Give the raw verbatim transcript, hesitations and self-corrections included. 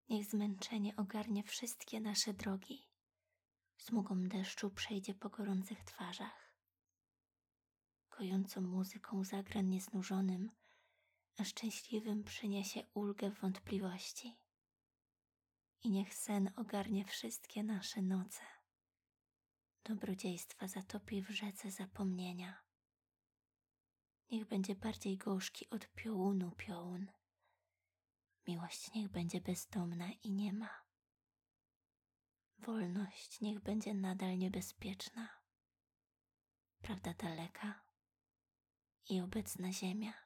Niech zmęczenie ogarnie wszystkie nasze drogi. Smugą deszczu przejdzie po gorących twarzach. Kojącą muzyką zagra nieznużonym, a szczęśliwym przyniesie ulgę w wątpliwości. I niech sen ogarnie wszystkie nasze noce. Dobrodziejstwa zatopi w rzece zapomnienia. Niech będzie bardziej gorzki od piołunu piołun. Miłość niech będzie bezdomna i niema. Wolność niech będzie nadal niebezpieczna. Prawda daleka i obecna ziemia.